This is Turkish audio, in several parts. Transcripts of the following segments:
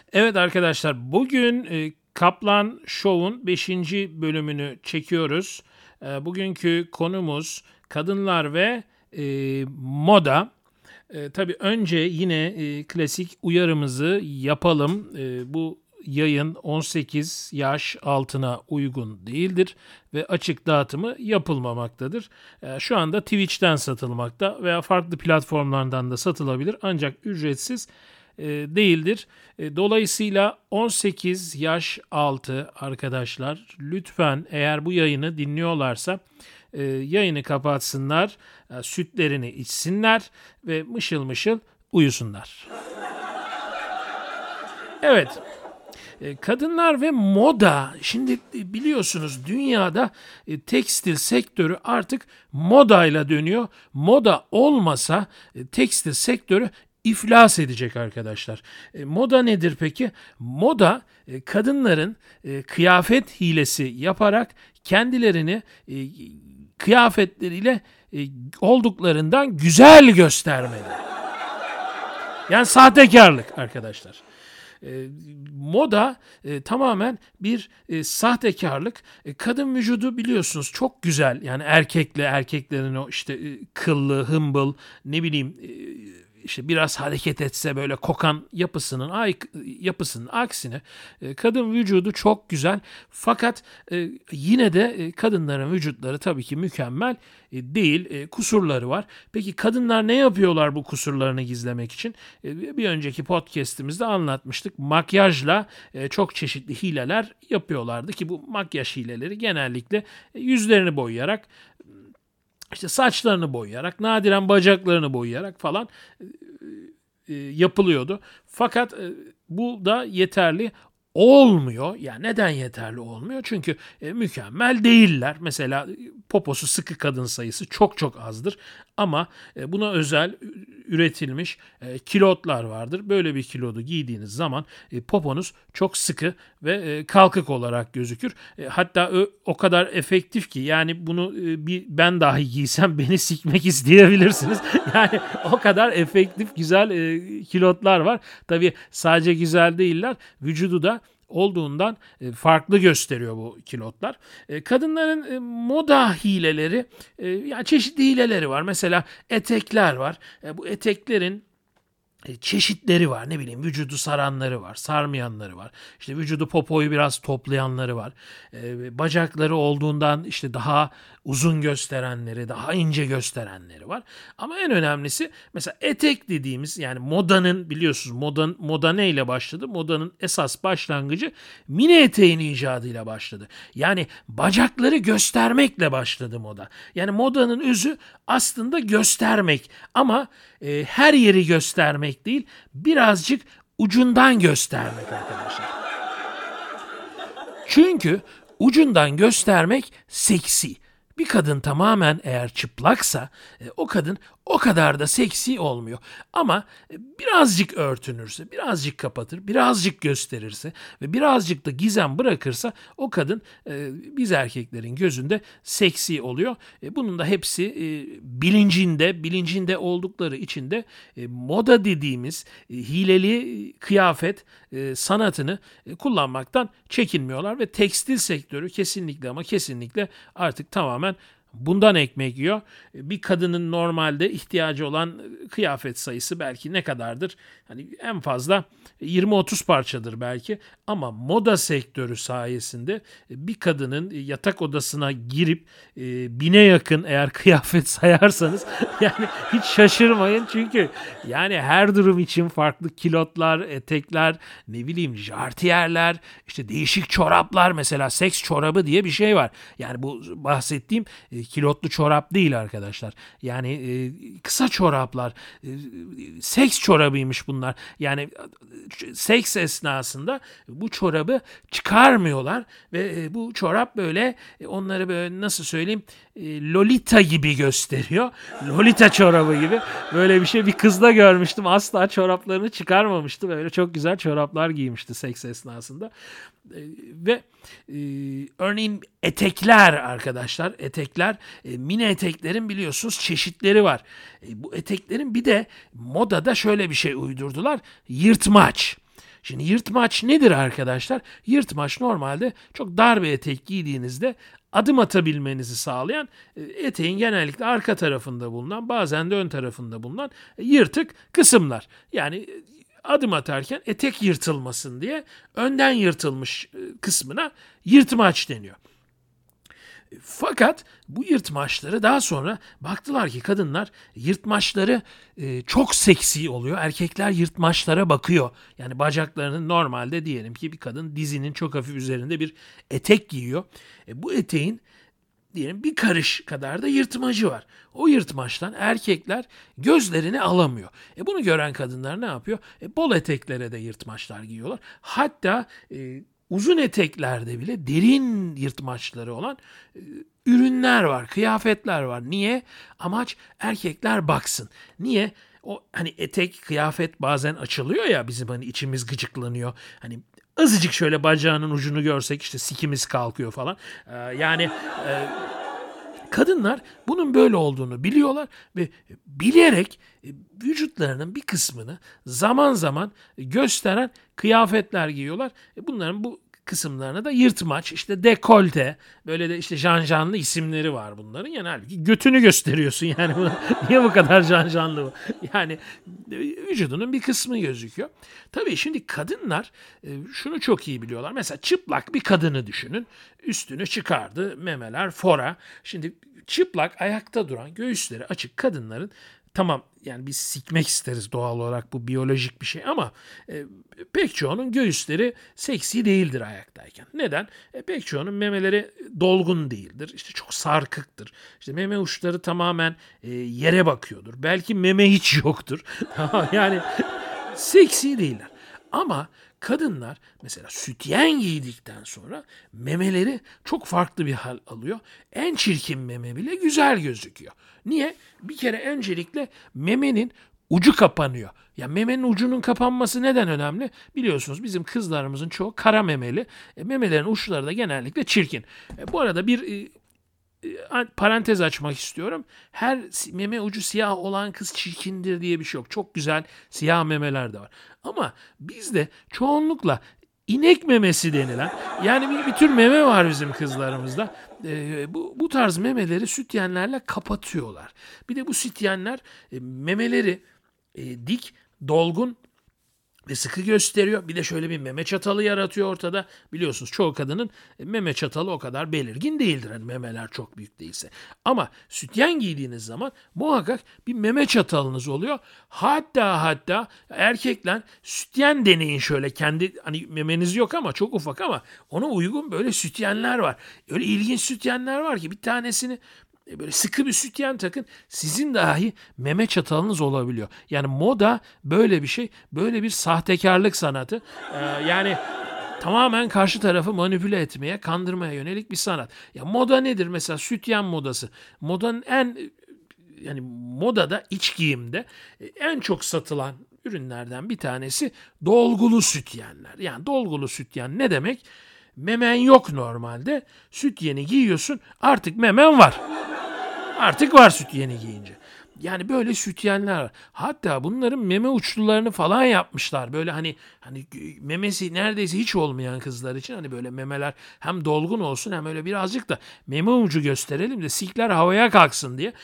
Evet arkadaşlar, bugün Kaplan Show'un 5. bölümünü çekiyoruz. Bugünkü konumuz kadınlar ve moda. Tabii önce yine klasik uyarımızı yapalım. Bu yayın 18 yaş altına uygun değildir ve açık dağıtımı yapılmamaktadır. Şu anda Twitch'ten satılmakta veya farklı platformlardan da satılabilir ancak ücretsiz değildir. Dolayısıyla 18 yaş altı arkadaşlar lütfen eğer bu yayını dinliyorlarsa yayını kapatsınlar, sütlerini içsinler ve mışıl mışıl uyusunlar. Evet. Kadınlar ve moda. Şimdi biliyorsunuz dünyada tekstil sektörü artık modayla dönüyor. Moda olmasa tekstil sektörü iflas edecek arkadaşlar. Moda nedir peki? Moda kadınların kıyafet hilesi yaparak kendilerini kıyafetleriyle olduklarından güzel göstermeleri. Yani sahtekarlık arkadaşlar. Moda tamamen bir sahtekarlık. Kadın vücudu biliyorsunuz çok güzel. Yani erkeklerin o işte kıllı, hımbıl, ne bileyim işte biraz hareket etse böyle kokan yapısının aksine kadın vücudu çok güzel. Fakat yine de kadınların vücutları tabii ki mükemmel değil. Kusurları var. Peki kadınlar ne yapıyorlar bu kusurlarını gizlemek için? Bir önceki podcast'imizde anlatmıştık. Makyajla çok çeşitli hileler yapıyorlardı ki bu makyaj hileleri genellikle yüzlerini boyayarak, İşte saçlarını boyayarak, nadiren bacaklarını boyayarak falan yapılıyordu. Fakat bu da yeterli olmuyor. Yani neden yeterli olmuyor? Çünkü mükemmel değiller. Mesela poposu sıkı kadın sayısı çok çok azdır. Ama buna özel üretilmiş kilotlar vardır. Böyle bir kilodu giydiğiniz zaman poponuz çok sıkı ve kalkık olarak gözükür. Hatta o kadar efektif ki yani bunu ben dahi giysem beni sikmek isteyebilirsiniz. Yani o kadar efektif güzel kilotlar var. Tabii sadece güzel değiller. Vücudu da olduğundan farklı gösteriyor bu kilotlar. Kadınların moda hileleri, yani çeşitli hileleri var. Mesela etekler var. Bu eteklerin çeşitleri var. Ne bileyim vücudu saranları var, sarmayanları var. İşte vücudu popoyu biraz toplayanları var. Bacakları olduğundan işte daha uzun gösterenleri, daha ince gösterenleri var. Ama en önemlisi mesela etek dediğimiz yani modanın biliyorsunuz moda neyle başladı? Modanın esas başlangıcı mini eteğin icadıyla başladı. Yani bacakları göstermekle başladı moda. Yani modanın özü aslında göstermek ama her yeri göstermek değil, birazcık ucundan göstermek arkadaşlar. Çünkü ucundan göstermek seksi. Bir kadın tamamen eğer çıplaksa o kadın o kadar da seksi olmuyor. Ama birazcık örtünürse, birazcık kapatır, birazcık gösterirse ve birazcık da gizem bırakırsa o kadın biz erkeklerin gözünde seksi oluyor. Bunun da hepsi bilincinde oldukları için de moda dediğimiz hileli kıyafet sanatını kullanmaktan çekinmiyorlar ve tekstil sektörü kesinlikle ama kesinlikle artık tamamen bundan ekmek yiyor. Bir kadının normalde ihtiyacı olan kıyafet sayısı belki ne kadardır? Hani en fazla 20-30 parçadır belki. Ama moda sektörü sayesinde bir kadının yatak odasına girip 1000'e yakın eğer kıyafet sayarsanız yani hiç şaşırmayın. Çünkü yani her durum için farklı kilotlar, etekler, ne bileyim jartiyerler, işte değişik çoraplar, mesela seks çorabı diye bir şey var. Yani bu bahsettiğim kilotlu çorap değil arkadaşlar. Yani kısa çoraplar, seks çorabıymış bunlar. Yani seks esnasında bu çorabı çıkarmıyorlar ve bu çorap böyle onları böyle nasıl söyleyeyim Lolita gibi gösteriyor. Lolita çorabı gibi. Böyle bir şey bir kızda görmüştüm. Asla çoraplarını çıkarmamıştı. Böyle çok güzel çoraplar giymişti seks esnasında. Ve örneğin etekler arkadaşlar, etekler, mini eteklerin biliyorsunuz çeşitleri var. Bu eteklerin bir de modada şöyle bir şey uydurdular: yırtmaç. Şimdi yırtmaç nedir arkadaşlar? Yırtmaç normalde çok dar bir etek giydiğinizde adım atabilmenizi sağlayan, eteğin genellikle arka tarafında bulunan, bazen de ön tarafında bulunan yırtık kısımlar. Yani adım atarken etek yırtılmasın diye önden yırtılmış kısmına yırtmaç deniyor. Fakat bu yırtmaçları daha sonra baktılar ki kadınlar yırtmaçları çok seksi oluyor. Erkekler yırtmaçlara bakıyor. Yani bacaklarının normalde diyelim ki bir kadın dizinin çok hafif üzerinde bir etek giyiyor. Bu eteğin diyelim bir karış kadar da yırtmacı var. O yırtmaçtan erkekler gözlerini alamıyor. Bunu gören kadınlar ne yapıyor? Bol eteklere de yırtmaçlar giyiyorlar. Hatta uzun eteklerde bile derin yırtmaçları olan ürünler var, kıyafetler var. Niye? Amaç erkekler baksın. Niye? O hani etek, kıyafet bazen açılıyor ya, bizim hani içimiz gıcıklanıyor. Hani azıcık şöyle bacağının ucunu görsek işte sikimiz kalkıyor falan. Yani kadınlar bunun böyle olduğunu biliyorlar ve bilerek vücutlarının bir kısmını zaman zaman gösteren kıyafetler giyiyorlar. Bunların bu kısımlarına da yırtmaç, işte dekolte, böyle de işte janjanlı isimleri var bunların. Yani halbuki götünü gösteriyorsun yani. Niye bu kadar janjanlı bu? Yani vücudunun bir kısmı gözüküyor. Tabii şimdi kadınlar şunu çok iyi biliyorlar. Mesela çıplak bir kadını düşünün. Üstünü çıkardı, memeler fora. Şimdi çıplak ayakta duran, göğüsleri açık kadınların, tamam yani biz sikmek isteriz doğal olarak, bu biyolojik bir şey ama pek çoğunun göğüsleri seksi değildir ayaktayken. Neden? Pek çoğunun memeleri dolgun değildir. İşte çok sarkıktır. İşte meme uçları tamamen yere bakıyordur. Belki meme hiç yoktur. Yani seksi değiller. Ama kadınlar mesela sütyen giydikten sonra memeleri çok farklı bir hal alıyor. En çirkin meme bile güzel gözüküyor. Niye? Bir kere öncelikle memenin ucu kapanıyor. Ya memenin ucunun kapanması neden önemli? Biliyorsunuz bizim kızlarımızın çoğu kara memeli. Memelerin uçları da genellikle çirkin. Bu arada bir parantez açmak istiyorum. Her meme ucu siyah olan kız çirkindir diye bir şey yok. Çok güzel siyah memeler de var. Ama bizde çoğunlukla inek memesi denilen, yani bir tür meme var bizim kızlarımızda. Bu tarz memeleri sütyenlerle kapatıyorlar. Bir de bu sütyenler memeleri dik, dolgun ve sıkı gösteriyor. Bir de şöyle bir meme çatalı yaratıyor ortada. Biliyorsunuz çoğu kadının meme çatalı o kadar belirgin değildir. Hani memeler çok büyük değilse. Ama sütyen giydiğiniz zaman muhakkak bir meme çatalınız oluyor. Hatta erkekler sütyen deneyin şöyle, kendi hani memeniz yok ama çok ufak, ama ona uygun böyle sütyenler var. Öyle ilginç sütyenler var ki bir tanesini böyle sıkı bir sütyen takın, sizin dahi meme çatalınız olabiliyor. Yani moda böyle bir şey, böyle bir sahtekarlık sanatı. Yani tamamen karşı tarafı manipüle etmeye, kandırmaya yönelik bir sanat. Ya moda nedir? Mesela sütyen modası. Modanın yani modada, iç giyimde en çok satılan ürünlerden bir tanesi dolgulu sütyenler. Yani dolgulu sütyen ne demek? Memen yok normalde. Sütyeni giyiyorsun, artık memen var. Artık var sütyeni giyince. Yani böyle sütyenler var. Hatta bunların meme uçlularını falan yapmışlar. Böyle hani memesi neredeyse hiç olmayan kızlar için, hani böyle memeler hem dolgun olsun hem öyle birazcık da meme ucu gösterelim de sikler havaya kalksın diye.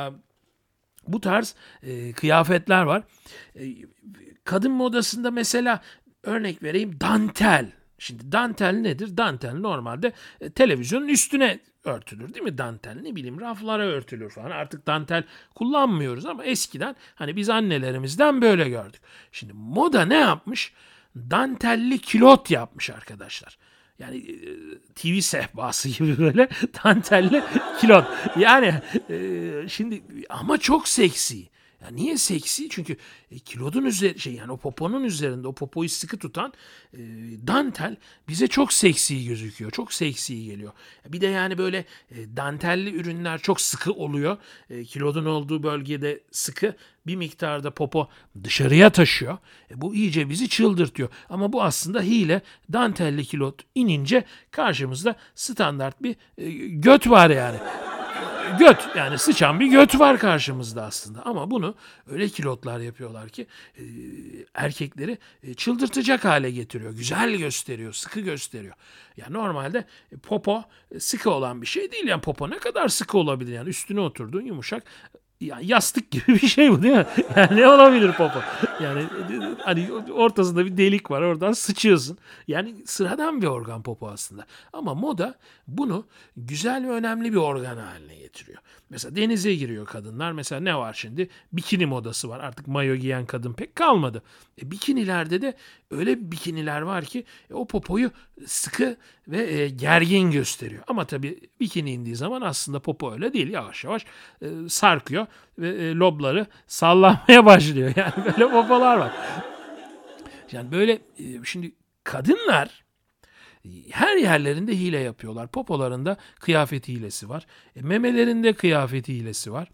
Bu tarz kıyafetler var. Kadın modasında mesela örnek vereyim, dantel. Şimdi dantel nedir? Dantel normalde televizyonun üstüne örtülür değil mi? Dantel, ne bileyim, raflara örtülür falan. Artık dantel kullanmıyoruz ama eskiden hani biz annelerimizden böyle gördük. Şimdi moda ne yapmış? Dantelli kilot yapmış arkadaşlar. Yani TV sehpası gibi böyle dantelli kilot. Yani şimdi ama çok seksi. Ya niye seksi? Çünkü kilodun üzeri yani o poponun üzerinde o popoyu sıkı tutan dantel bize çok seksi gözüküyor. Çok seksi geliyor. Bir de yani böyle dantelli ürünler çok sıkı oluyor. Kilodun olduğu bölgede sıkı, bir miktarda popo dışarıya taşıyor. Bu iyice bizi çıldırtıyor. Ama bu aslında hile. Dantelli kilot inince karşımızda standart bir göt var yani. göt, yani sıçan bir göt var karşımızda aslında. Ama bunu öyle kilotlar yapıyorlar ki erkekleri çıldırtacak hale getiriyor. Güzel gösteriyor, sıkı gösteriyor. Ya normalde popo sıkı olan bir şey değil. Yani popo ne kadar sıkı olabilir? Yani üstüne oturdun yumuşak. Ya yastık gibi bir şey bu değil mi? Yani ne olabilir popo? Yani hani ortasında bir delik var, oradan sıçıyorsun. Yani sıradan bir organ popo aslında. Ama moda bunu güzel ve önemli bir organ haline getiriyor. Mesela denize giriyor kadınlar. Mesela ne var şimdi? Bikini modası var. Artık mayo giyen kadın pek kalmadı. Bikinilerde de öyle bikiniler var ki o popoyu sıkı ve gergin gösteriyor. Ama tabii bikini indiği zaman aslında popo öyle değil. Yavaş yavaş sarkıyor ve lobları sallanmaya başlıyor. Yani böyle popolar var. Yani böyle şimdi kadınlar her yerlerinde hile yapıyorlar. Popolarında kıyafet hilesi var. Memelerinde kıyafet hilesi var.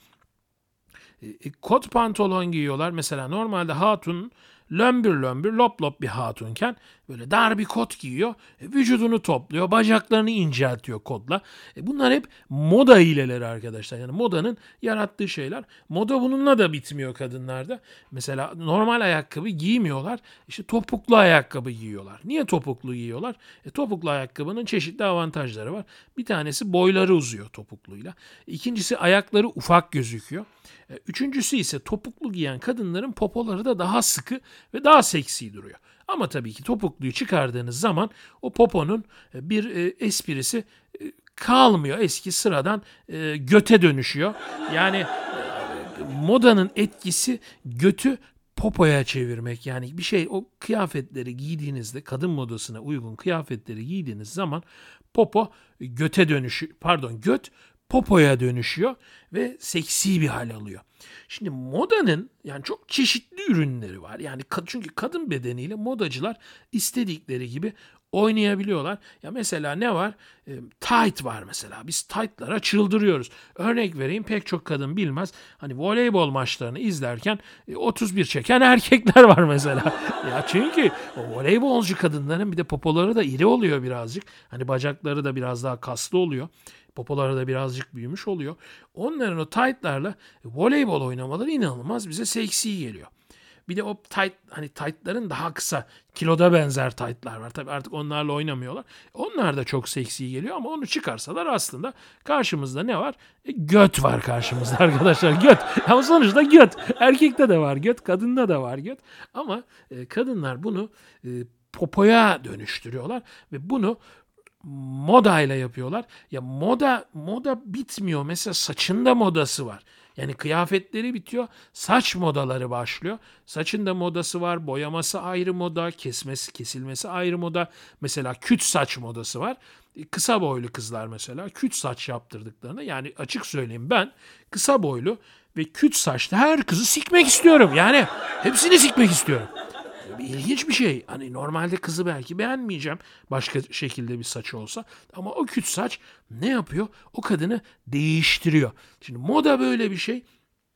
Kot pantolon giyiyorlar. Mesela normalde hatun lömbür lömbür lop lop bir hatunken böyle dar bir kot giyiyor. Vücudunu topluyor. Bacaklarını inceltiyor kotla. Bunlar hep moda hileleri arkadaşlar. Yani modanın yarattığı şeyler. Moda bununla da bitmiyor kadınlarda. Mesela normal ayakkabı giymiyorlar. İşte topuklu ayakkabı giyiyorlar. Niye topuklu giyiyorlar? Topuklu ayakkabının çeşitli avantajları var. Bir tanesi boyları uzuyor topukluyla. İkincisi ayakları ufak gözüküyor. Üçüncüsü ise topuklu giyen kadınların popoları da daha sıkı ve daha seksi duruyor. Ama tabii ki topukluyu çıkardığınız zaman o poponun bir esprisi kalmıyor. Eski sıradan göte dönüşüyor. Yani modanın etkisi götü popoya çevirmek. Yani bir şey, o kıyafetleri giydiğinizde, kadın modasına uygun kıyafetleri giydiğiniz zaman popo göte göt popoya dönüşüyor ve seksi bir hal alıyor. Şimdi modanın yani çok çeşitli ürünleri var. Yani çünkü kadın bedeniyle modacılar istedikleri gibi oynayabiliyorlar. Ya mesela ne var? Tight var mesela. Biz tight'lara çıldırıyoruz. Örnek vereyim, pek çok kadın bilmez. Hani voleybol maçlarını izlerken 31 çeken erkekler var mesela. Ya çünkü o voleybolcu kadınların bir de popoları da iri oluyor birazcık. Hani bacakları da biraz daha kaslı oluyor. Popoları da birazcık büyümüş oluyor. Onların o tight'larla voleybol oynamaları inanılmaz bize seksi geliyor. Bir de o tight'ların daha kısa, kiloda benzer tight'lar var. Tabii artık onlarla oynamıyorlar. Onlar da çok seksi geliyor ama onu çıkarsalar aslında karşımızda ne var? Göt var karşımızda arkadaşlar. Göt. Ama sonuçta göt. Erkekte de var göt, kadında da var göt. Ama kadınlar bunu popoya dönüştürüyorlar ve bunu modayla yapıyorlar. Ya moda bitmiyor. Mesela saçında modası var. Yani kıyafetleri bitiyor, saç modaları başlıyor. Saçın da modası var, boyaması ayrı moda, kesilmesi ayrı moda. Mesela küt saç modası var. Kısa boylu kızlar mesela küt saç yaptırdıklarında, yani açık söyleyeyim, ben kısa boylu ve küt saçlı her kızı sikmek istiyorum. Yani hepsini sikmek istiyorum. İlginç bir şey. Hani normalde kızı belki beğenmeyeceğim başka şekilde bir saçı olsa. Ama o küt saç ne yapıyor? O kadını değiştiriyor. Şimdi moda böyle bir şey.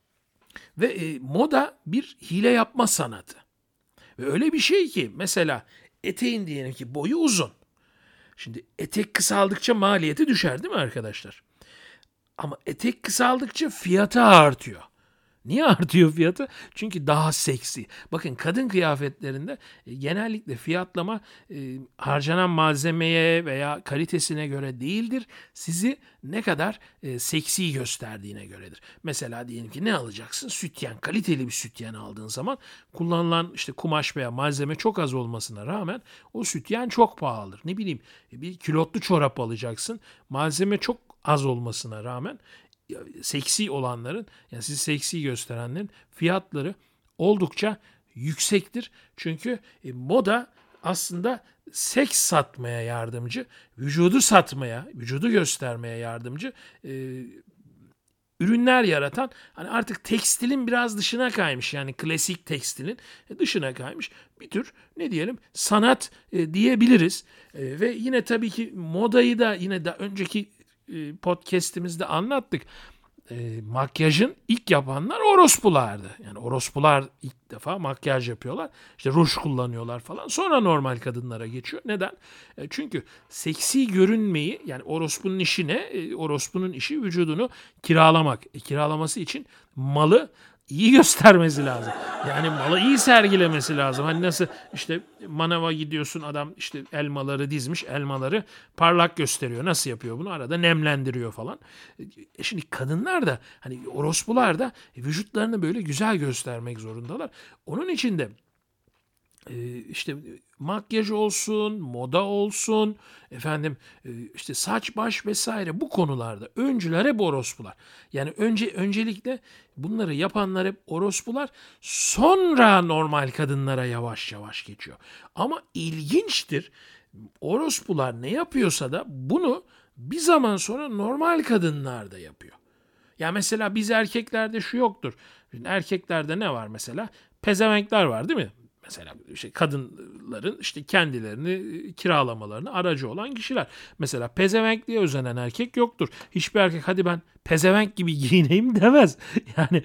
Ve moda bir hile yapma sanatı. Ve öyle bir şey ki mesela eteğin diyelim ki boyu uzun. Şimdi etek kısaldıkça maliyeti düşer değil mi arkadaşlar? Ama etek kısaldıkça fiyatı artıyor. Niye artıyor fiyatı? Çünkü daha seksi. Bakın kadın kıyafetlerinde genellikle fiyatlama harcanan malzemeye veya kalitesine göre değildir. Sizi ne kadar seksi gösterdiğine göredir. Mesela diyelim ki ne alacaksın? Sütyen. Kaliteli bir sütyen aldığın zaman kullanılan işte kumaş veya malzeme çok az olmasına rağmen o sütyen çok pahalıdır. Ne bileyim, bir kilotlu çorap alacaksın. Malzeme çok az olmasına rağmen seksi olanların, yani sizi seksi gösterenlerin fiyatları oldukça yüksektir. Çünkü moda aslında seks satmaya yardımcı, vücudu satmaya, vücudu göstermeye yardımcı ürünler yaratan, hani artık tekstilin biraz dışına kaymış, yani klasik tekstilin dışına kaymış bir tür ne diyelim sanat diyebiliriz. Ve yine tabii ki modayı da yine de önceki podcast'imizde anlattık. makyajın ilk yapanlar orospulardı. Yani orospular ilk defa makyaj yapıyorlar. İşte ruj kullanıyorlar falan. Sonra normal kadınlara geçiyor. Neden? Çünkü seksi görünmeyi, yani orospunun işi ne? Orospunun işi vücudunu kiralamak. Kiralaması için malı iyi göstermesi lazım. Yani malı iyi sergilemesi lazım. Hani nasıl işte manava gidiyorsun, adam işte elmaları dizmiş, elmaları parlak gösteriyor. Nasıl yapıyor bunu? Arada nemlendiriyor falan. Şimdi kadınlar da, hani orospular da vücutlarını böyle güzel göstermek zorundalar. Onun için de işte makyaj olsun, moda olsun, efendim işte saç baş vesaire, bu konularda öncüler hep orospular. Yani öncelikle bunları yapanlar hep orospular, sonra normal kadınlara yavaş yavaş geçiyor. Ama ilginçtir, orospular ne yapıyorsa da bunu bir zaman sonra normal kadınlar da yapıyor. Ya mesela biz erkeklerde şu yoktur. Şimdi erkeklerde ne var mesela? Pezevenkler var değil mi? Mesela işte kadınların işte kendilerini kiralamalarını aracı olan kişiler. Mesela pezevenkliğe özenen erkek yoktur. Hiçbir erkek hadi ben pezevenk gibi giyineyim demez. Yani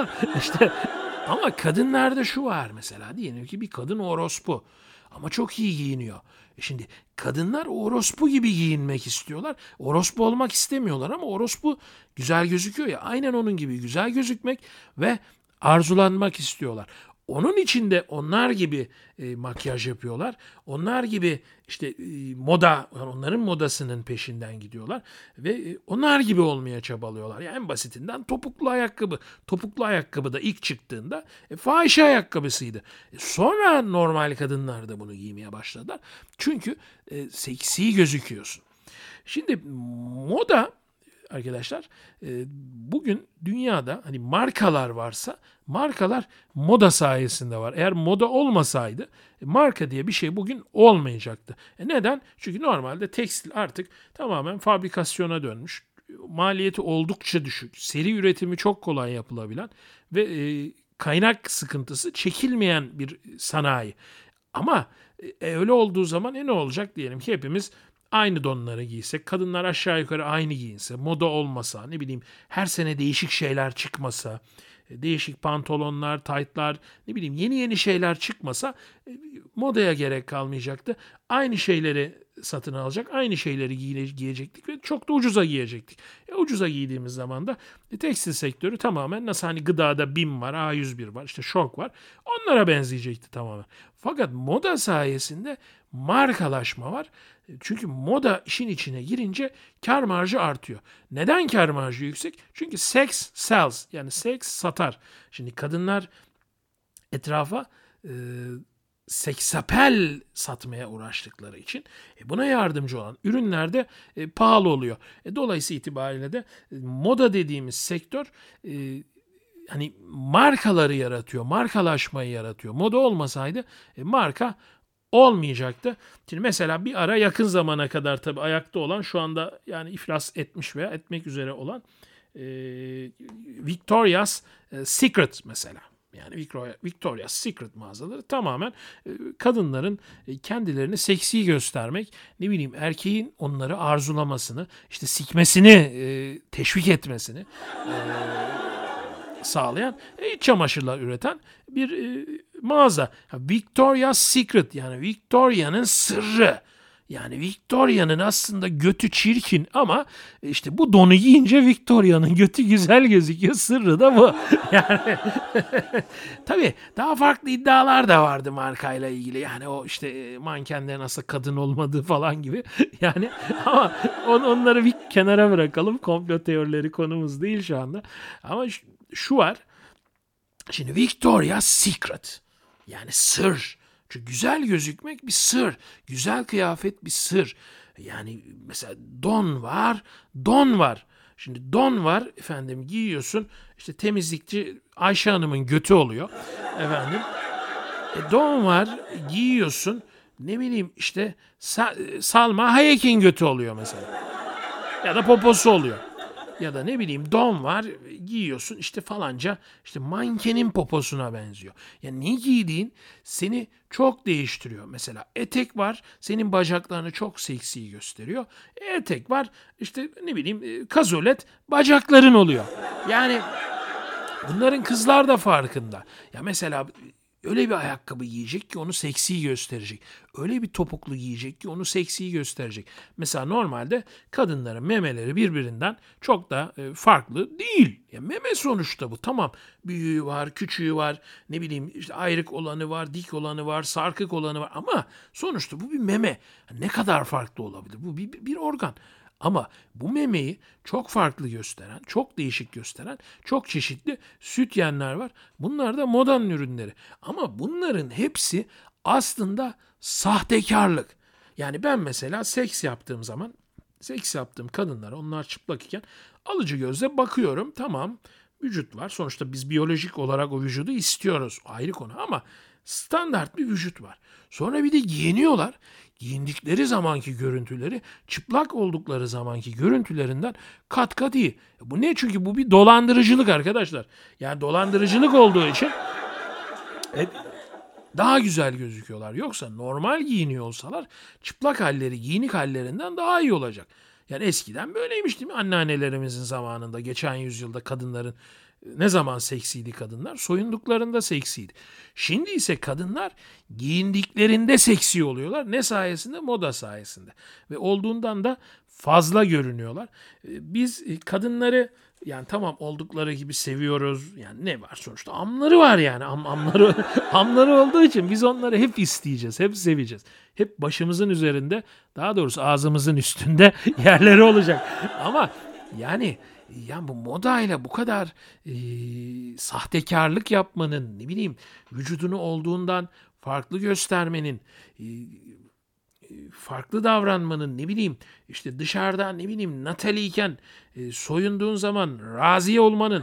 ama kadınlarda şu var mesela. Diyelim ki bir kadın orospu ama çok iyi giyiniyor. Şimdi kadınlar orospu gibi giyinmek istiyorlar. Orospu olmak istemiyorlar ama orospu güzel gözüküyor ya. Aynen onun gibi güzel gözükmek ve arzulanmak istiyorlar. Onun için de onlar gibi makyaj yapıyorlar. Onlar gibi işte moda, onların modasının peşinden gidiyorlar. Ve onlar gibi olmaya çabalıyorlar. Yani en basitinden topuklu ayakkabı. Topuklu ayakkabı da ilk çıktığında fahişe ayakkabısıydı. Sonra normal kadınlar da bunu giymeye başladılar. Çünkü seksi gözüküyorsun. Şimdi moda, arkadaşlar, bugün dünyada hani markalar varsa, markalar moda sayesinde var. Eğer moda olmasaydı marka diye bir şey bugün olmayacaktı. Neden? Çünkü normalde tekstil artık tamamen fabrikasyona dönmüş. Maliyeti oldukça düşük. Seri üretimi çok kolay yapılabilen ve kaynak sıkıntısı çekilmeyen bir sanayi. Ama öyle olduğu zaman ne olacak? Diyelim ki hepimiz aynı donları giysek, kadınlar aşağı yukarı aynı giyinse, moda olmasa, ne bileyim her sene değişik şeyler çıkmasa, değişik pantolonlar, taytlar, ne bileyim yeni şeyler çıkmasa modaya gerek kalmayacaktı. Aynı şeyleri satın alacak, aynı şeyleri giyecektik ve çok da ucuza giyecektik. Ucuza giydiğimiz zaman da tekstil sektörü tamamen nasıl hani gıdada BİM var, A101 var, işte Şok var, onlara benzeyecekti tamamen. Fakat moda sayesinde markalaşma var. Çünkü moda işin içine girince kar marjı artıyor. Neden kar marjı yüksek? Çünkü sex sells, yani seks satar. Şimdi kadınlar etrafa seksapel satmaya uğraştıkları için buna yardımcı olan ürünler de pahalı oluyor. Dolayısıyla itibariyle de moda dediğimiz sektör hani markaları yaratıyor, markalaşmayı yaratıyor. Moda olmasaydı marka olmayacaktı. Şimdi mesela bir ara yakın zamana kadar tabii ayakta olan, şu anda yani iflas etmiş veya etmek üzere olan Victoria's Secret mesela. Yani Victoria's Secret mağazaları tamamen kadınların kendilerini seksi göstermek, ne bileyim erkeğin onları arzulamasını, işte sikmesini teşvik etmesini sağlayan iç çamaşırlar üreten bir mağaza. Victoria's Secret, yani Victoria'nın sırrı. Yani Victoria'nın aslında götü çirkin ama işte bu donu giyince Victoria'nın götü güzel gözüküyor. Sırrı da bu. Yani tabii daha farklı iddialar da vardı markayla ilgili. Yani o işte mankenlerin aslında kadın olmadığı falan gibi. Yani ama onları bir kenara bırakalım. Komplo teorileri konumuz değil şu anda. Ama şu var. Şimdi Victoria's Secret, yani sır. Çünkü güzel gözükmek bir sır. Güzel kıyafet bir sır. Yani mesela don var. Şimdi don var, efendim giyiyorsun. İşte temizlikçi Ayşe Hanım'ın götü oluyor. Efendim. Don var, giyiyorsun. Ne bileyim işte Salma Hayek'in götü oluyor mesela. Ya da poposu oluyor. Ya da ne bileyim don var, giyiyorsun işte falanca işte mankenin poposuna benziyor. Yani ne giydiğin seni çok değiştiriyor. Mesela etek var, senin bacaklarını çok seksi gösteriyor. Etek var, işte ne bileyim kazolet, bacakların oluyor. Yani bunların kızlar da farkında. Ya mesela öyle bir ayakkabı giyecek ki onu seksi gösterecek. Öyle bir topuklu giyecek ki onu seksi gösterecek. Mesela normalde kadınların memeleri birbirinden çok da farklı değil. Ya meme sonuçta bu. Tamam, büyüğü var, küçüğü var, ne bileyim işte ayrık olanı var, dik olanı var, sarkık olanı var. Ama sonuçta bu bir meme. Ne kadar farklı olabilir? Bu bir organ. Ama bu memeyi çok farklı gösteren, çok değişik gösteren, çok çeşitli sütyenler var. Bunlar da modanın ürünleri. Ama bunların hepsi aslında sahtekarlık. Yani ben mesela seks yaptığım zaman, seks yaptığım kadınlara, onlar çıplak iken alıcı gözle bakıyorum. Tamam, vücut var. Sonuçta biz biyolojik olarak o vücudu istiyoruz. Ayrı konu ama standart bir vücut var. Sonra bir de giyiniyorlar. Giyindikleri zamanki görüntüleri çıplak oldukları zamanki görüntülerinden kat kat iyi. Bu ne? Çünkü bu bir dolandırıcılık arkadaşlar. Yani dolandırıcılık olduğu için daha güzel gözüküyorlar. Yoksa normal giyiniyor olsalar çıplak halleri giyinik hallerinden daha iyi olacak. Yani eskiden böyleymiş değil mi? Anneannelerimizin zamanında, geçen yüzyılda kadınların ne zaman seksiydi kadınlar? Soyunduklarında seksiydi. Şimdi ise kadınlar giyindiklerinde seksi oluyorlar. Ne sayesinde? Moda sayesinde. Ve olduğundan da fazla görünüyorlar. Biz kadınları yani tamam oldukları gibi seviyoruz. Yani ne var sonuçta? Amları var yani. Amları amları olduğu için biz onları hep isteyeceğiz. Hep seveceğiz. Hep başımızın üzerinde, daha doğrusu ağzımızın üstünde yerleri olacak. Ama yani bu modayla bu kadar sahtekarlık yapmanın, ne bileyim vücudunu olduğundan farklı göstermenin, farklı davranmanın, ne bileyim işte dışarıdan ne bileyim Natalie'yken soyunduğun zaman raziye olmanın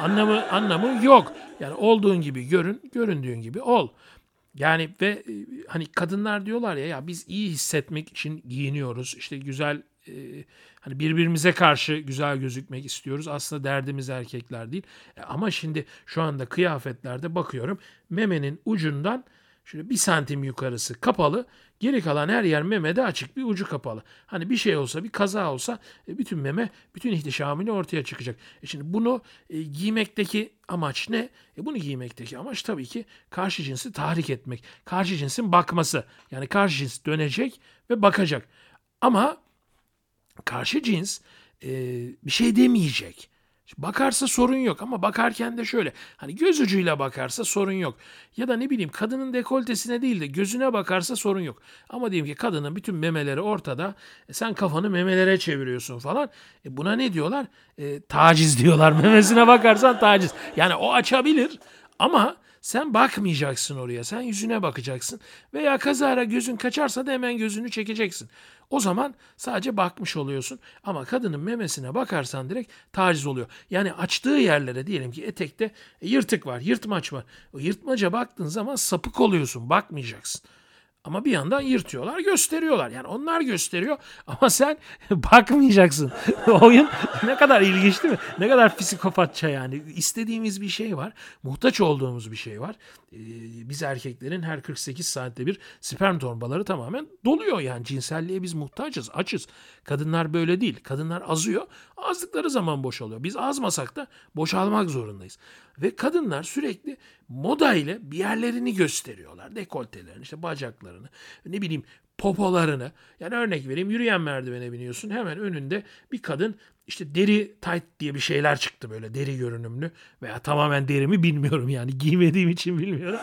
anlamı yok. Yani olduğun gibi görün, göründüğün gibi ol. Yani ve hani kadınlar diyorlar ya biz iyi hissetmek için giyiniyoruz. İşte güzel hani birbirimize karşı güzel gözükmek istiyoruz. Aslında derdimiz erkekler değil. Ama şimdi şu anda kıyafetlerde bakıyorum memenin ucundan şöyle 1 santim yukarısı kapalı. Geri kalan her yer memede açık, bir ucu kapalı. Hani bir şey olsa, bir kaza olsa bütün meme, bütün ihtişamıyla ortaya çıkacak. Şimdi bunu giymekteki amaç ne? Bunu giymekteki amaç tabii ki karşı cinsi tahrik etmek. Karşı cinsin bakması. Yani karşı cins dönecek ve bakacak. Ama karşı cins bir şey demeyecek. Bakarsa sorun yok ama bakarken de şöyle hani göz ucuyla bakarsa sorun yok. Ya da ne bileyim kadının dekoltesine değil de gözüne bakarsa sorun yok. Ama diyelim ki kadının bütün memeleri ortada, sen kafanı memelere çeviriyorsun falan. Buna ne diyorlar? Taciz diyorlar. Memesine bakarsan taciz. Yani o açabilir ama sen bakmayacaksın oraya. Sen yüzüne bakacaksın. Veya kazara gözün kaçarsa da hemen gözünü çekeceksin. O zaman sadece bakmış oluyorsun. Ama kadının memesine bakarsan direkt taciz oluyor. Yani açtığı yerlere diyelim ki etekte yırtık var, yırtmaç var. O yırtmaca baktığın zaman sapık oluyorsun. Bakmayacaksın. Ama bir yandan yırtıyorlar, gösteriyorlar. Yani onlar gösteriyor ama sen bakmayacaksın. Oyun ne kadar ilginç değil mi? Ne kadar psikopatça yani. İstediğimiz bir şey var. Muhtaç olduğumuz bir şey var. Biz erkeklerin her 48 saatte bir sperm torbaları tamamen doluyor. Yani cinselliğe biz muhtaçız, açız. Kadınlar böyle değil. Kadınlar azıyor. Azdıkları zaman boşalıyor. Biz azmasak da boşalmak zorundayız. Ve kadınlar sürekli moda ile bir yerlerini gösteriyorlar. Dekoltelerini, işte bacaklarını, ne bileyim popolarını. Yani örnek vereyim, yürüyen merdivene biniyorsun. Hemen önünde bir kadın işte deri tight diye bir şeyler çıktı, böyle deri görünümlü. Veya tamamen deri mi bilmiyorum yani, giymediğim için bilmiyorum.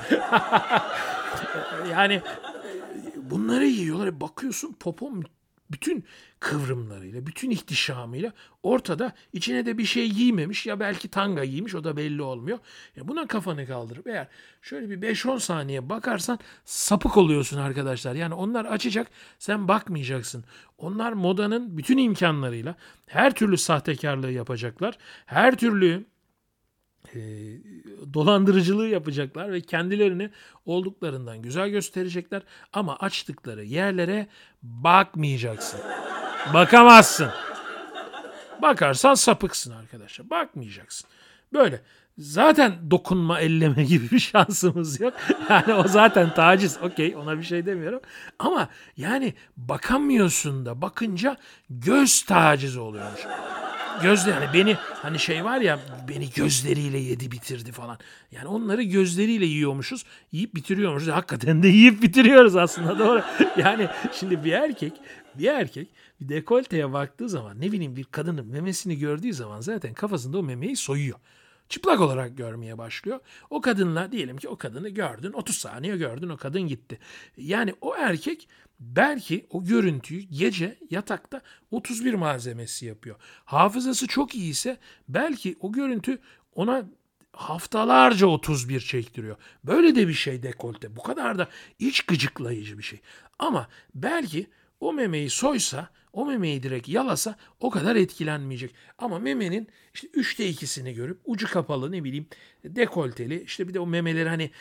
Yani bunları giyiyorlar. Bakıyorsun popom bütün kıvrımlarıyla, bütün ihtişamıyla ortada, içine de bir şey giymemiş ya belki tanga giymiş, o da belli olmuyor. Buna kafanı kaldırıp eğer şöyle bir 5-10 saniye bakarsan sapık oluyorsun arkadaşlar. Yani onlar açacak, sen bakmayacaksın. Onlar modanın bütün imkanlarıyla her türlü sahtekarlığı yapacaklar. Her türlü dolandırıcılığı yapacaklar ve kendilerini olduklarından güzel gösterecekler. Ama açtıkları yerlere bakmayacaksın. Bakamazsın. Bakarsan sapıksın arkadaşlar. Bakmayacaksın. Böyle. Zaten dokunma, elleme gibi bir şansımız yok. Yani o zaten taciz. Okey, ona bir şey demiyorum. Ama yani bakamıyorsun da bakınca göz tacizi oluyormuş. gözle yani beni hani şey var ya beni gözleriyle yedi bitirdi falan. Yani onları gözleriyle yiyormuşuz. Yiyip bitiriyormuşuz. Hakikaten de yiyip bitiriyoruz aslında doğru. Yani şimdi bir erkek bir dekolteye baktığı zaman ne bileyim bir kadının memesini gördüğü zaman zaten kafasında o memeyi soyuyor. Çıplak olarak görmeye başlıyor. O kadınla diyelim ki o kadını gördün 30 saniye gördün o kadın gitti. Yani o erkek belki o görüntüyü gece yatakta 31 malzemesi yapıyor. Hafızası çok iyi ise belki o görüntü ona haftalarca 31 çektiriyor. Böyle de bir şey dekolte. Bu kadar da iç gıcıklayıcı bir şey. Ama belki o memeyi soysa, o memeyi direkt yalasa o kadar etkilenmeyecek. Ama memenin işte 2'sini görüp ucu kapalı ne bileyim dekolteli işte bir de o memeleri hani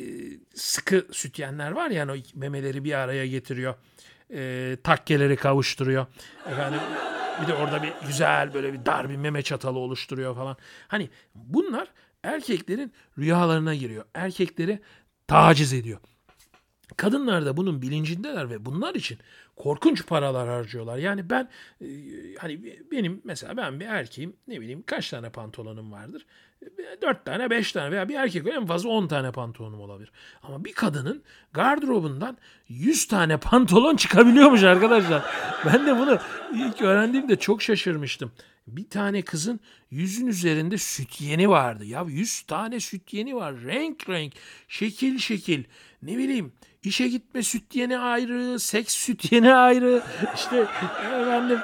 sıkı sütyenler var ya hani o memeleri bir araya getiriyor. Takkeleri kavuşturuyor. Efendim bir de orada bir güzel böyle bir dar bir meme çatalı oluşturuyor falan. Hani bunlar erkeklerin rüyalarına giriyor. Erkekleri taciz ediyor. Kadınlar da bunun bilincindeler ve bunlar için korkunç paralar harcıyorlar. Yani ben hani benim mesela ben bir erkeğim ne bileyim kaç tane pantolonum vardır? 4 tane 5 tane veya bir erkek en fazla 10 tane pantolonum olabilir. Ama bir kadının gardırobundan 100 tane pantolon çıkabiliyormuş arkadaşlar. Ben de bunu ilk öğrendiğimde çok şaşırmıştım. Bir tane kızın yüzün üzerinde sütyeni vardı. Ya 100 tane sütyeni var. Renk renk, şekil şekil. Ne bileyim işe gitme sütyeni ayrı, seks sütyeni ayrı. İşte efendim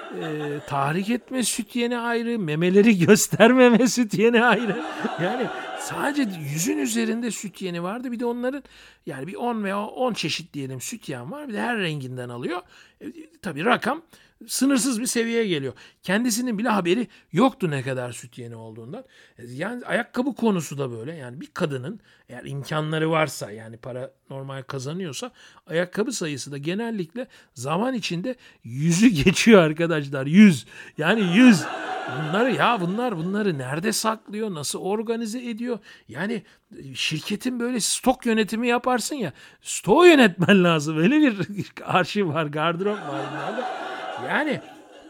tahrik etme sütyeni ayrı, memeleri göstermeme sütyeni ayrı. Yani sadece yüzün üzerinde sütyeni vardı. Bir de onların yani bir 10 veya 10 çeşit diyelim sütyen var. Bir de her renginden alıyor. Tabii rakam sınırsız bir seviyeye geliyor. Kendisinin bile haberi yoktu ne kadar sütyeni olduğundan. Yani ayakkabı konusu da böyle. Yani bir kadının eğer imkanları varsa yani para normal kazanıyorsa ayakkabı sayısı da genellikle zaman içinde 100'ü geçiyor arkadaşlar. 100. Yani 100. Bunları nerede saklıyor? Nasıl organize ediyor? Yani şirketin böyle stok yönetimi yaparsın ya. Stoğu yönetmen lazım. Öyle bir arşiv var, gardırop var bunlarda. Yani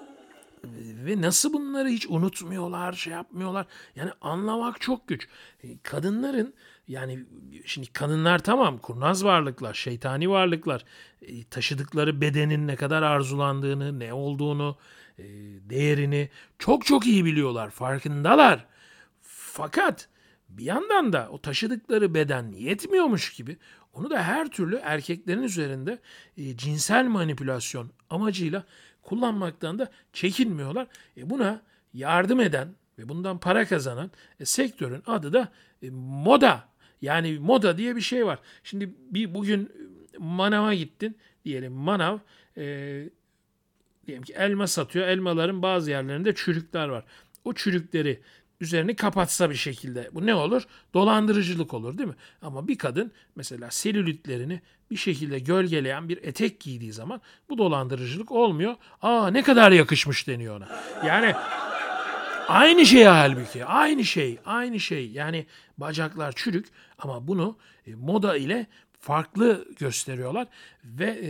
ve nasıl bunları hiç unutmuyorlar, şey yapmıyorlar. Yani anlamak çok güç. Kadınların yani şimdi kadınlar tamam kurnaz varlıklar, şeytani varlıklar. Taşıdıkları bedenin ne kadar arzulandığını, ne olduğunu, değerini çok çok iyi biliyorlar, farkındalar. Fakat bir yandan da o taşıdıkları beden yetmiyormuş gibi onu da her türlü erkeklerin üzerinde cinsel manipülasyon amacıyla kullanmaktan da çekinmiyorlar. Buna yardım eden ve bundan para kazanan sektörün adı da moda. Yani moda diye bir şey var. Şimdi bugün manava gittin diyelim manav diyelim ki elma satıyor. Elmaların bazı yerlerinde çürükler var. O çürükleri üzerini kapatsa bir şekilde bu ne olur? Dolandırıcılık olur değil mi? Ama bir kadın mesela selülitlerini bir şekilde gölgeleyen bir etek giydiği zaman bu dolandırıcılık olmuyor. Aa ne kadar yakışmış deniyor ona. Yani aynı şey halbuki. Aynı şey. Yani bacaklar çürük ama bunu moda ile farklı gösteriyorlar ve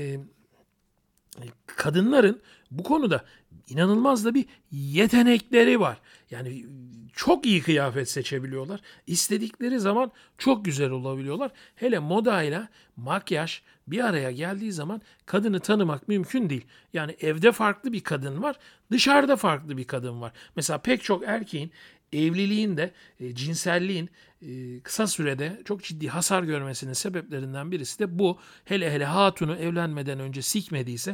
kadınların bu konuda inanılmaz da bir yetenekleri var. Yani çok iyi kıyafet seçebiliyorlar. İstedikleri zaman çok güzel olabiliyorlar. Hele modayla makyaj bir araya geldiği zaman kadını tanımak mümkün değil. Yani evde farklı bir kadın var, dışarıda farklı bir kadın var. Mesela pek çok erkeğin evliliğinde cinselliğin kısa sürede çok ciddi hasar görmesinin sebeplerinden birisi de bu. Hele hatunu evlenmeden önce sikmediyse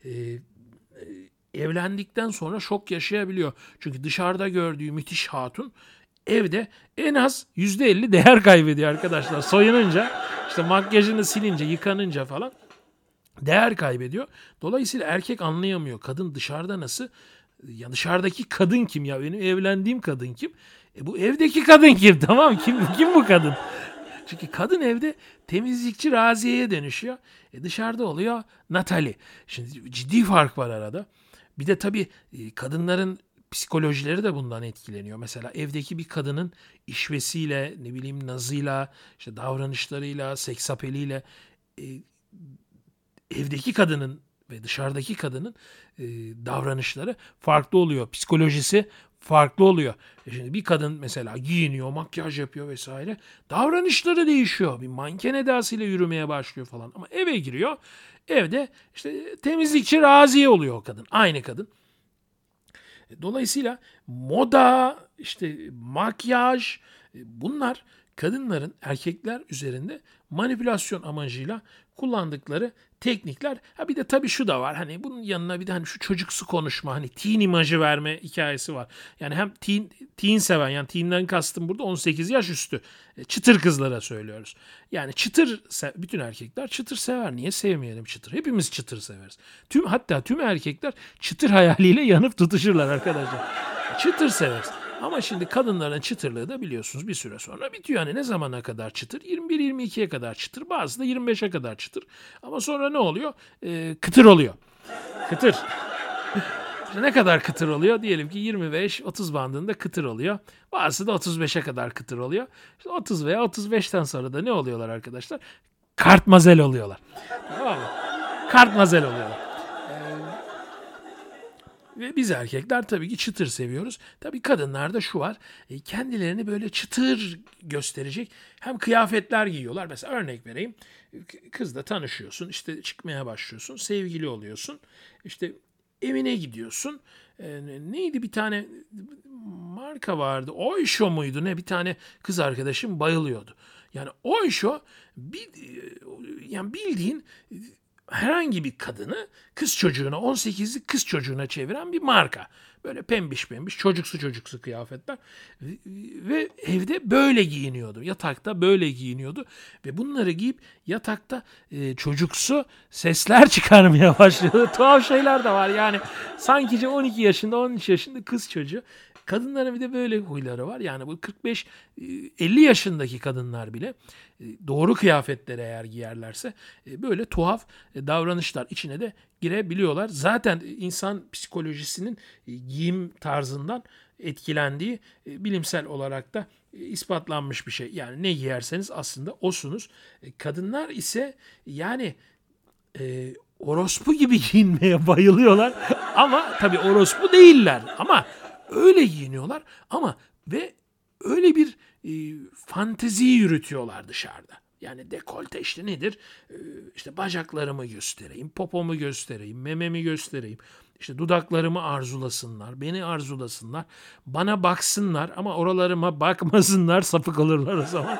evlendikten sonra şok yaşayabiliyor. Çünkü dışarıda gördüğü müthiş hatun evde en az %50 değer kaybediyor arkadaşlar. Soyununca işte makyajını silince yıkanınca falan değer kaybediyor. Dolayısıyla erkek anlayamıyor. Kadın dışarıda nasıl? Ya dışarıdaki kadın kim ya? Benim evlendiğim kadın kim? Bu evdeki kadın kim? Tamam kim bu kadın? Çünkü kadın evde temizlikçi Raziye'ye dönüşüyor. Dışarıda oluyor Natalie. Şimdi ciddi fark var arada. Bir de tabii kadınların psikolojileri de bundan etkileniyor. Mesela evdeki bir kadının işvesiyle, ne bileyim nazıyla, işte davranışlarıyla, seksapeliyle e, evdeki kadının ve dışarıdaki kadının davranışları farklı oluyor. Psikolojisi farklı oluyor. Şimdi bir kadın mesela giyiniyor, makyaj yapıyor vesaire. Davranışları değişiyor. Bir manken edasıyla yürümeye başlıyor falan. Ama eve giriyor. Evde işte temizlikçi Raziye oluyor o kadın. Aynı kadın. Dolayısıyla moda, işte makyaj, bunlar kadınların erkekler üzerinde manipülasyon amacıyla kullandıkları teknikler. Ha bir de tabii şu da var. Hani bunun yanına bir de hani şu çocuksu konuşma, hani teen imajı verme hikayesi var. Yani hem teen seven, yani teen'den kastım burada 18 yaş üstü. Çıtır kızlara söylüyoruz. Yani çıtır, bütün erkekler çıtır sever. Niye sevmeyelim çıtır? Hepimiz çıtır severiz. Hatta tüm erkekler çıtır hayaliyle yanıp tutuşurlar arkadaşlar. Çıtır severiz. Ama şimdi kadınların çıtırlığı da biliyorsunuz bir süre sonra bitiyor. Yani ne zamana kadar çıtır? 21-22'ye kadar çıtır. Bazısı da 25'e kadar çıtır. Ama sonra ne oluyor? Kıtır oluyor. Kıtır. İşte ne kadar kıtır oluyor? Diyelim ki 25-30 bandında kıtır oluyor. Bazısı da 35'e kadar kıtır oluyor. İşte 30 veya 35'ten sonra da ne oluyorlar arkadaşlar? Kartmazel oluyorlar. Tamam mı? Kartmazel oluyorlar. Ve biz erkekler tabii ki çıtır seviyoruz. Tabii kadınlarda şu var. Kendilerini böyle çıtır gösterecek hem kıyafetler giyiyorlar. Mesela örnek vereyim. Kızla tanışıyorsun. İşte çıkmaya başlıyorsun. Sevgili oluyorsun. İşte evine gidiyorsun. Neydi bir tane marka vardı. Oysho muydu ne? Bir tane kız arkadaşım bayılıyordu. Yani Oysho yani bildiğin herhangi bir kadını kız çocuğuna, 18'lik kız çocuğuna çeviren bir marka. Böyle pembiş pembiş çocuksu kıyafetler. Ve evde böyle giyiniyordu. Yatakta böyle giyiniyordu. Ve bunları giyip yatakta çocuksu sesler çıkarmaya başlıyordu. Tuhaf şeyler de var. Yani sanki 12 yaşında, 13 yaşında kız çocuğu. Kadınların bir de böyle huyları var. Yani bu 45-50 yaşındaki kadınlar bile doğru kıyafetleri eğer giyerlerse böyle tuhaf davranışlar içine de girebiliyorlar. Zaten insan psikolojisinin giyim tarzından etkilendiği bilimsel olarak da ispatlanmış bir şey. Yani ne giyerseniz aslında osunuz. Kadınlar ise yani orospu gibi giyinmeye bayılıyorlar. Ama tabii orospu değiller. Ama öyle giyiniyorlar. Ama ve öyle bir fantezi yürütüyorlar dışarıda. Yani dekolte işte nedir? İşte bacaklarımı göstereyim, popomu göstereyim, mememi göstereyim. İşte dudaklarımı arzulasınlar, beni arzulasınlar, bana baksınlar ama oralarıma bakmasınlar, sapık olurlar o zaman.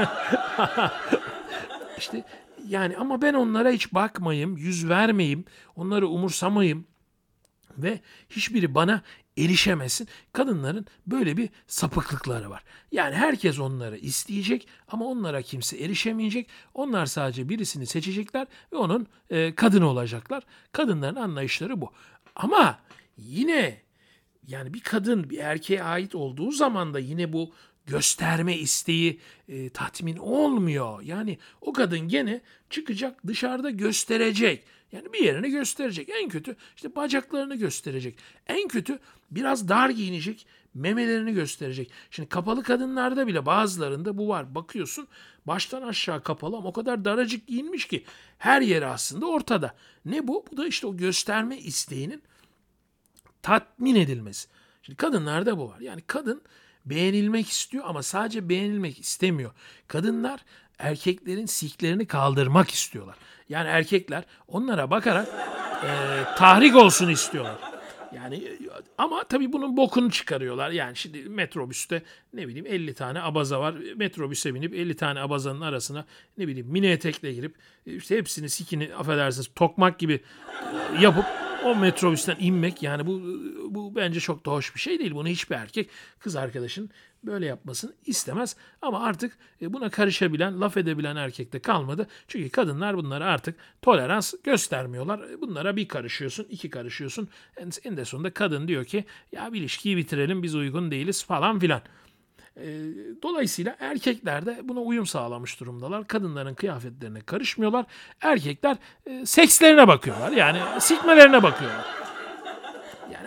İşte yani ama ben onlara hiç bakmayayım, yüz vermeyeyim, onları umursamayayım ve hiçbiri bana erişemesin. Kadınların böyle bir sapıklıkları var. Yani herkes onları isteyecek ama onlara kimse erişemeyecek. Onlar sadece birisini seçecekler ve onun kadını olacaklar. Kadınların anlayışları bu. Ama yine yani bir kadın bir erkeğe ait olduğu zaman da yine bu gösterme isteği tatmin olmuyor. Yani o kadın gene çıkacak dışarıda gösterecek. Yani bir yerini gösterecek. En kötü işte bacaklarını gösterecek. En kötü biraz dar giyinecek, memelerini gösterecek. Şimdi kapalı kadınlarda bile bazılarında bu var. Bakıyorsun baştan aşağı kapalı ama o kadar daracık giyinmiş ki her yeri aslında ortada. Ne bu? Bu da işte o gösterme isteğinin tatmin edilmesi. Şimdi kadınlarda bu var. Yani kadın beğenilmek istiyor ama sadece beğenilmek istemiyor. Kadınlar erkeklerin siklerini kaldırmak istiyorlar. Yani erkekler onlara bakarak tahrik olsun istiyorlar. Yani ama tabii bunun bokunu çıkarıyorlar. Yani şimdi metrobüste ne bileyim 50 tane abaza var. Metrobüse binip 50 tane abazanın arasına ne bileyim mini etekle girip işte hepsini sikini affedersiniz tokmak gibi yapıp o metrobüsten inmek yani bu bence çok da hoş bir şey değil. Bunu hiçbir erkek kız arkadaşın böyle yapmasını istemez. Ama artık buna karışabilen, laf edebilen erkek de kalmadı. Çünkü kadınlar bunlara artık tolerans göstermiyorlar. Bunlara bir karışıyorsun, iki karışıyorsun. En de sonunda kadın diyor ki ya bir ilişkiyi bitirelim biz uygun değiliz falan filan. Dolayısıyla erkekler de buna uyum sağlamış durumdalar. Kadınların kıyafetlerine karışmıyorlar. Erkekler sekslerine bakıyorlar. Yani sikmelerine bakıyorlar. Yani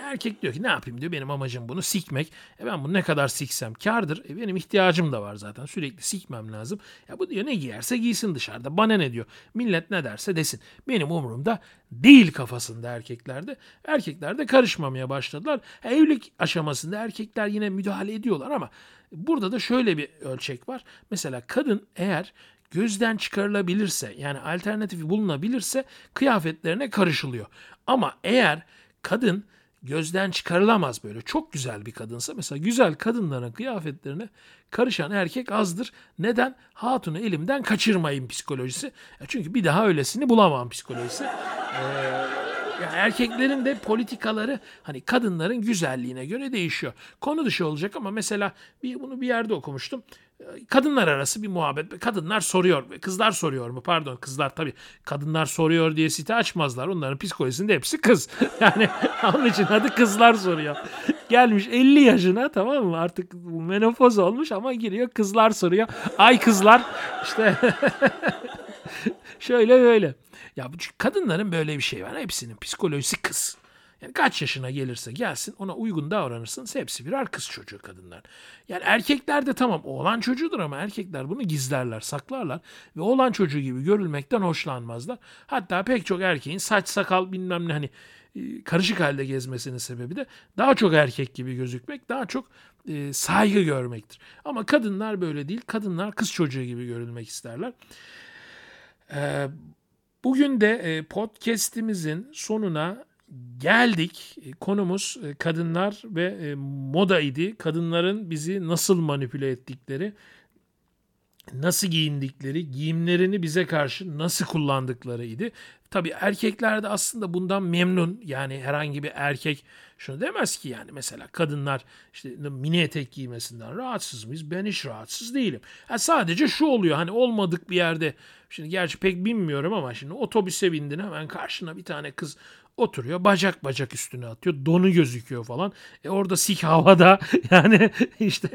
Erkek diyor ki ne yapayım diyor, benim amacım bunu sikmek. Ben bunu ne kadar siksem kârdır. Benim ihtiyacım da var zaten, sürekli sikmem lazım. Bu diyor ne giyerse giysin dışarıda, bana ne diyor. Millet ne derse desin. Benim umurumda değil kafasında erkeklerde. Erkekler de karışmamaya başladılar. Evlilik aşamasında erkekler yine müdahale ediyorlar ama burada da şöyle bir ölçek var. Mesela kadın eğer gözden çıkarılabilirse, yani alternatifi bulunabilirse kıyafetlerine karışılıyor. Ama eğer kadın gözden çıkarılamaz, böyle çok güzel bir kadınsa, mesela güzel kadınların kıyafetlerine karışan erkek azdır. Neden? Hatunu elimden kaçırmayın psikolojisi. Çünkü bir daha öylesini bulamam psikolojisi. Yani erkeklerin de politikaları hani kadınların güzelliğine göre değişiyor. Konu dışı olacak ama mesela bunu bir yerde okumuştum. Kadınlar arası bir muhabbet. Kadınlar soruyor. Kızlar soruyor mu? Pardon, kızlar tabii. Kadınlar soruyor diye site açmazlar. Onların psikolojisinde hepsi kız. Yani onun için adı kızlar soruyor. Gelmiş 50 yaşına, tamam mı? Artık menopoz olmuş ama giriyor kızlar soruyor. Ay kızlar işte şöyle böyle. Ya bu kadınların böyle bir şey var. Hepsinin psikolojisi kız. Yani kaç yaşına gelirse gelsin ona uygun davranırsın. Hepsi birer kız çocuğu kadınlar. Yani erkekler de tamam oğlan çocuğudur ama erkekler bunu gizlerler, saklarlar. Ve oğlan çocuğu gibi görülmekten hoşlanmazlar. Hatta pek çok erkeğin saç sakal bilmem ne hani karışık halde gezmesinin sebebi de daha çok erkek gibi gözükmek, daha çok saygı görmektir. Ama kadınlar böyle değil. Kadınlar kız çocuğu gibi görülmek isterler. Bugün de podcast'imizin sonuna geldik. Konumuz kadınlar ve moda idi. Kadınların bizi nasıl manipüle ettikleri, nasıl giyindikleri, giyimlerini bize karşı nasıl kullandıklarıydı. Tabii erkekler de aslında bundan memnun. Yani herhangi bir erkek şunu demez ki, yani mesela kadınlar işte mini etek giymesinden rahatsız mıyız? Ben hiç rahatsız değilim. Sadece şu oluyor, hani olmadık bir yerde, şimdi gerçi pek bilmiyorum ama şimdi otobüse bindin, hemen karşına bir tane kız oturuyor, bacak bacak üstüne atıyor, donu gözüküyor falan. Orada sik havada yani işte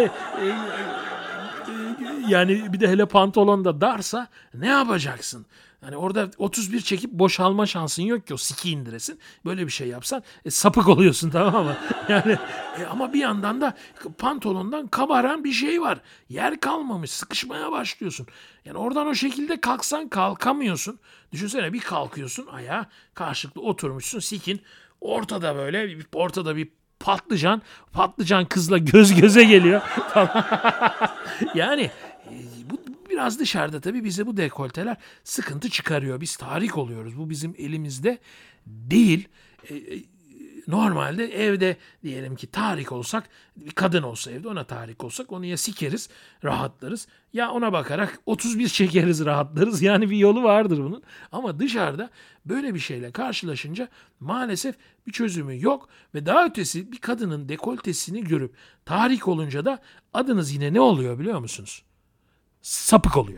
yani bir de hele pantolon da darsa ne yapacaksın? Yani orada 31 çekip boşalma şansın yok ki o siki indiresin. Böyle bir şey yapsan sapık oluyorsun, tamam mı? Yani ama bir yandan da pantolondan kabaran bir şey var. Yer kalmamış, sıkışmaya başlıyorsun. Yani oradan o şekilde kalksan kalkamıyorsun. Düşünsene, bir kalkıyorsun ayağa, karşılıklı oturmuşsun, sikin ortada, böyle ortada bir patlıcan kızla göz göze geliyor falan. Yani bu biraz dışarıda tabii bize bu dekolteler sıkıntı çıkarıyor. Biz tahrik oluyoruz. Bu bizim elimizde değil. Normalde evde diyelim ki tahrik olsak, bir kadın olsa evde, ona tahrik olsak onu ya sikeriz, rahatlarız, ya ona bakarak 31 çekeriz, rahatlarız. Yani bir yolu vardır bunun. Ama dışarıda böyle bir şeyle karşılaşınca maalesef bir çözümü yok ve daha ötesi, bir kadının dekoltesini görüp tahrik olunca da adınız yine ne oluyor biliyor musunuz? Sapık oluyor.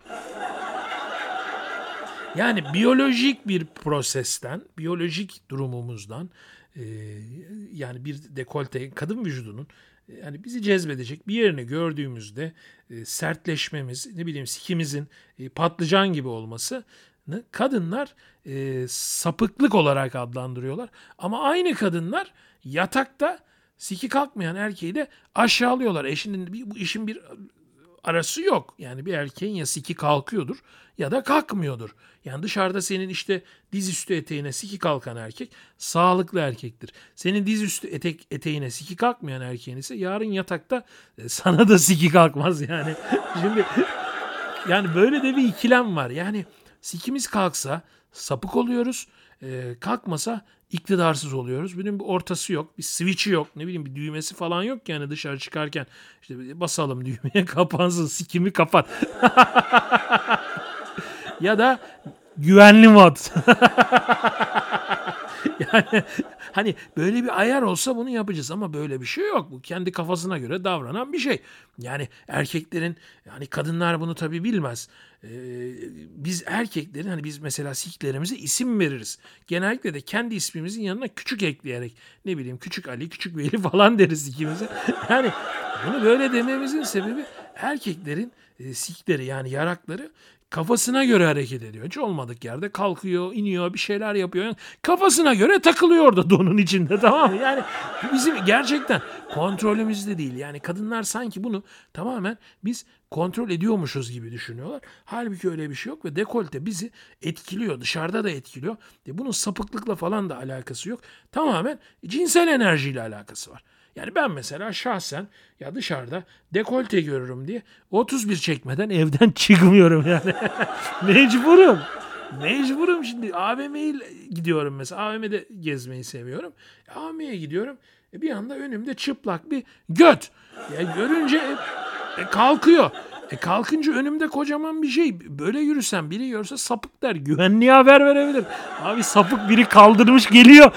Yani biyolojik bir prosesten, biyolojik durumumuzdan, yani bir dekolte, kadın vücudunun yani bizi cezbedecek bir yerini gördüğümüzde sertleşmemiz, ne bileyim sikimizin patlıcan gibi olması kadınlar sapıklık olarak adlandırıyorlar. Ama aynı kadınlar yatakta siki kalkmayan erkeği de aşağılıyorlar. Bu işin bir arası yok. Yani bir erkeğin ya siki kalkıyordur ya da kalkmıyordur. Yani dışarıda senin işte dizüstü eteğine siki kalkan erkek sağlıklı erkektir. Senin dizüstü eteğine siki kalkmayan erkeğin ise yarın yatakta sana da siki kalkmaz yani. Şimdi yani böyle de bir ikilem var. Yani sikimiz kalksa sapık oluyoruz. Kalkmasa iktidarsız oluyoruz. Bunun bir ortası yok. Bir switch'i yok. Ne bileyim bir düğmesi falan yok yani dışarı çıkarken. İşte basalım düğmeye, kapansın, sikimi kapat. Ya da güvenli mod. Yani hani böyle bir ayar olsa bunu yapacağız ama böyle bir şey yok. Bu kendi kafasına göre davranan bir şey. Yani erkeklerin, yani kadınlar bunu tabii bilmez. Biz erkeklerin, hani biz mesela siklerimize isim veririz. Genellikle de kendi ismimizin yanına küçük ekleyerek, ne bileyim küçük Ali, küçük Veli falan deriz ikimize. Yani bunu böyle dememizin sebebi erkeklerin sikleri, yani yarakları Kafasına göre hareket ediyor. Hiç olmadık yerde kalkıyor, iniyor, bir şeyler yapıyor. Kafasına göre takılıyor orada donun içinde, tamam mı? Yani bizim gerçekten kontrolümüzde değil. Yani kadınlar sanki bunu tamamen biz kontrol ediyormuşuz gibi düşünüyorlar. Halbuki öyle bir şey yok ve dekolte bizi etkiliyor. Dışarıda da etkiliyor. Bunun sapıklıkla falan da alakası yok. Tamamen cinsel enerjiyle alakası var. Yani ben mesela şahsen ya dışarıda dekolte görürüm diye 31 çekmeden evden çıkmıyorum yani. Mecburum. Mecburum şimdi AVM'ye gidiyorum mesela. AVM'de gezmeyi seviyorum. AVM'ye gidiyorum. Bir anda önümde çıplak bir göt. Ya görünce kalkıyor. Kalkınca önümde kocaman bir şey. Böyle yürüsem biri görse sapık der. Güvenliğe haber verebilir. Abi sapık biri kaldırmış geliyor.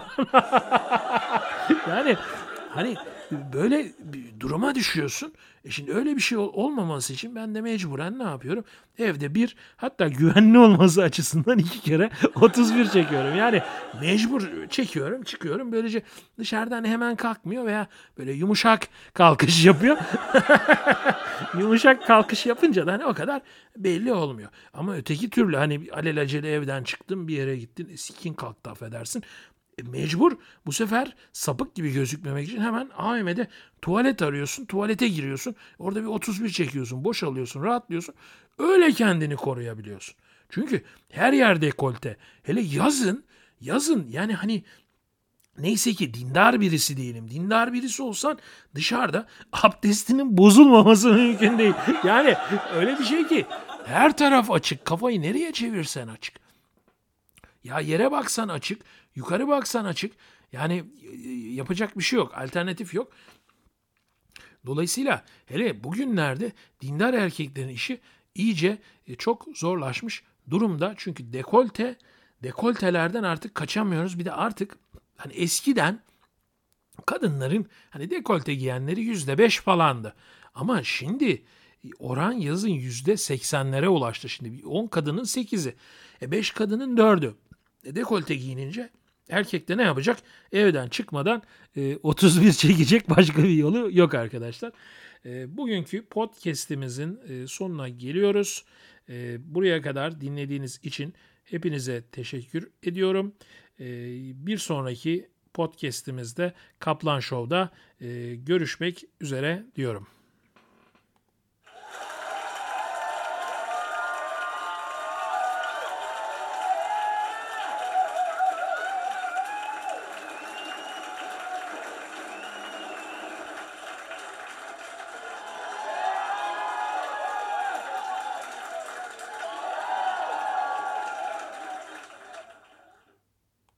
Yani hani böyle bir duruma düşüyorsun. Şimdi öyle bir şey olmaması için ben de mecburen ne yapıyorum? Evde bir, hatta güvenli olması açısından 2 kere 31 çekiyorum. Yani mecbur çekiyorum, çıkıyorum. Böylece dışarıdan hemen kalkmıyor veya böyle yumuşak kalkış yapıyor. Yumuşak kalkış yapınca da hani o kadar belli olmuyor. Ama öteki türlü hani alelacele evden çıktın, bir yere gittin, sikin kalktı, affedersin. Mecbur bu sefer sapık gibi gözükmemek için hemen AVM'de tuvalet arıyorsun. Tuvalete giriyorsun. Orada bir 31 çekiyorsun. Boşalıyorsun. Rahatlıyorsun. Öyle kendini koruyabiliyorsun. Çünkü her yer dekolte. Hele yazın yani hani neyse ki dindar birisi değilim. Dindar birisi olsan dışarıda abdestinin bozulmaması mümkün değil. Yani öyle bir şey ki her taraf açık. Kafayı nereye çevirsen açık. Ya yere baksan açık, yukarı baksan açık. Yani yapacak bir şey yok, alternatif yok. Dolayısıyla hele bugünlerde dindar erkeklerin işi iyice çok zorlaşmış durumda. Çünkü dekoltelerden artık kaçamıyoruz. Bir de artık hani eskiden kadınların hani dekolte giyenleri %5 falandı. Ama şimdi oran yazın %80'lere ulaştı. Şimdi 10 kadının 8'i. 5 kadının 4'ü. Dekolte giyinince erkek de ne yapacak? Evden çıkmadan 31 çekecek, başka bir yolu yok arkadaşlar. Bugünkü podcast'imizin sonuna geliyoruz. Buraya kadar dinlediğiniz için hepinize teşekkür ediyorum. Bir sonraki podcast'imizde Kaplan Show'da görüşmek üzere diyorum.